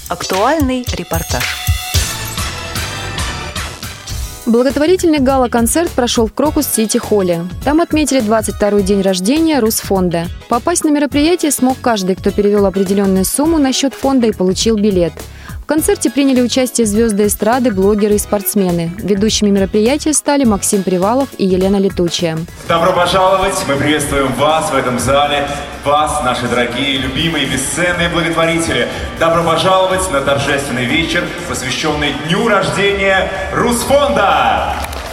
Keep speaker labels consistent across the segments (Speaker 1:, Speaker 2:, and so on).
Speaker 1: Актуальный репортаж.
Speaker 2: Благотворительный гала-концерт прошел в Крокус-Сити-холле. Там отметили 22-й день рождения Русфонда. Попасть на мероприятие смог каждый, кто перевел определенную сумму на счет фонда и получил билет. В концерте приняли участие звезды эстрады, блогеры и спортсмены. Ведущими мероприятия стали Максим Привалов и Елена Летучая.
Speaker 3: Добро пожаловать! Мы приветствуем вас в этом зале, вас, наши дорогие, любимые, бесценные благотворители. Добро пожаловать на торжественный вечер, посвященный дню рождения Русфонда!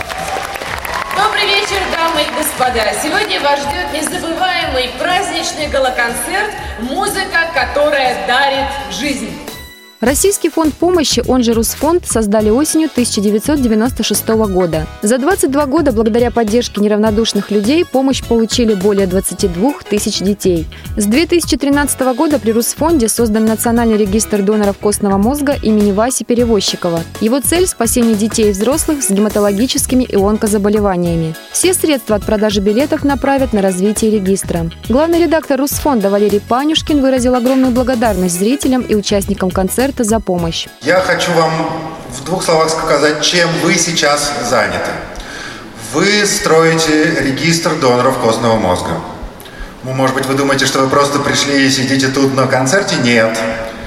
Speaker 4: Добрый вечер, дамы и господа! Сегодня вас ждет незабываемый праздничный гала-концерт «Музыка, которая дарит жизнь».
Speaker 2: Российский фонд помощи, он же Русфонд, создали осенью 1996 года. За 22 года, благодаря поддержке неравнодушных людей, помощь получили более 22 тысяч детей. С 2013 года при Русфонде создан Национальный регистр доноров костного мозга имени Васи Перевозчикова. Его цель – спасение детей и взрослых с гематологическими и онкозаболеваниями. Все средства от продажи билетов направят на развитие регистра. Главный редактор Русфонда Валерий Панюшкин выразил огромную благодарность зрителям и участникам концерта за помощь.
Speaker 5: Я хочу вам в двух словах сказать, чем вы сейчас заняты. Вы строите регистр доноров костного мозга. Может быть, вы думаете, что вы просто пришли и сидите тут на концерте? Нет.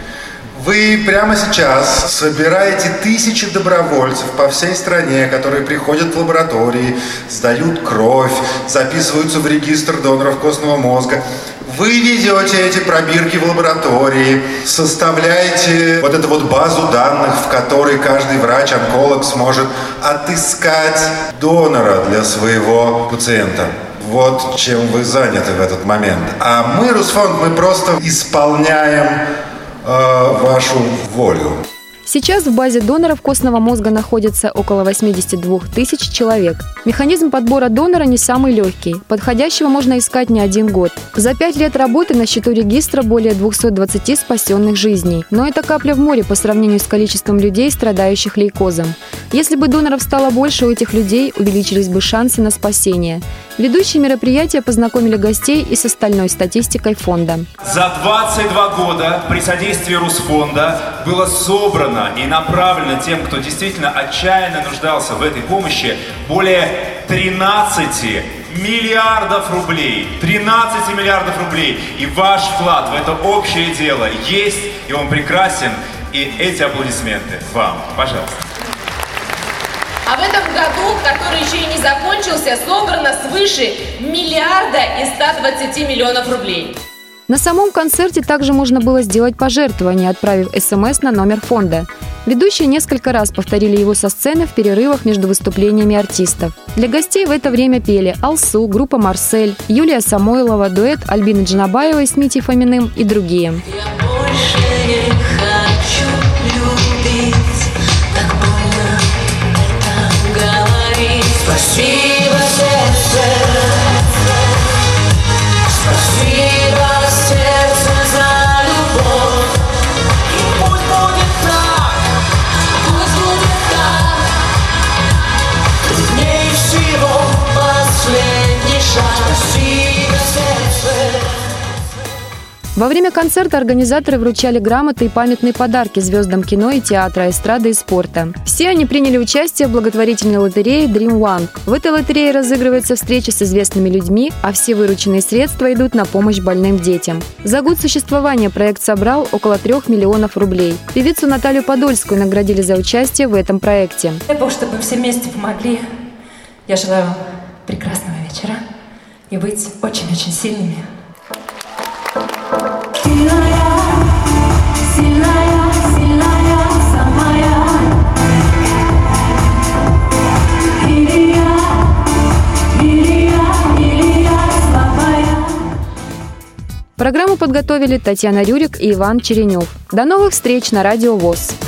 Speaker 5: Вы прямо сейчас собираете тысячи добровольцев по всей стране, которые приходят в лаборатории, сдают кровь, записываются в регистр доноров костного мозга. Вы везете эти пробирки в лаборатории, составляете вот эту вот базу данных, в которой каждый врач-онколог сможет отыскать донора для своего пациента. Вот чем вы заняты в этот момент. А мы, Русфонд, мы просто исполняем вашу волю.
Speaker 2: Сейчас в базе доноров костного мозга находится около 82 тысяч человек. Механизм подбора донора не самый легкий. Подходящего можно искать не один год. За 5 лет работы на счету регистра более 220 спасенных жизней. Но это капля в море по сравнению с количеством людей, страдающих лейкозом. Если бы доноров стало больше, у этих людей увеличились бы шансы на спасение. Ведущие мероприятия познакомили гостей и с остальной статистикой фонда.
Speaker 3: За 22 года при содействии Русфонда было собрано и направлено тем, кто действительно отчаянно нуждался в этой помощи, более 13 миллиардов рублей. 13 миллиардов рублей. И ваш вклад в это общее дело есть, и он прекрасен. И эти аплодисменты вам. Пожалуйста.
Speaker 4: А в этом году, который еще и не закончился, собрано свыше 1 миллиарда и 120 миллионов рублей.
Speaker 2: На самом концерте также можно было сделать пожертвование, отправив СМС на номер фонда. Ведущие несколько раз повторили его со сцены в перерывах между выступлениями артистов. Для гостей в это время пели Алсу, группа «Марсель», Юлия Самойлова, дуэт Альбины Джанабаевой с Митей Фоминым и другие.
Speaker 6: Спасибо, сердце, спасибо, сердце, за любовь. И пусть будет так, труднее всего последний шаг. Спасибо, сердце.
Speaker 2: Во время концерта организаторы вручали грамоты и памятные подарки звездам кино и театра, эстрады и спорта. Все они приняли участие в благотворительной лотерее Dream One. В этой лотерее разыгрываются встречи с известными людьми, а все вырученные средства идут на помощь больным детям. За год существования проект собрал около 3 миллионов рублей. Певицу Наталью Подольскую наградили за участие в этом проекте.
Speaker 7: Дай Бог, чтобы мы все вместе помогли. Я желаю вам прекрасного вечера и быть очень-очень сильными.
Speaker 2: Программу подготовили Татьяна Рюрик и Иван Черенев. До новых встреч на Радио ВОС.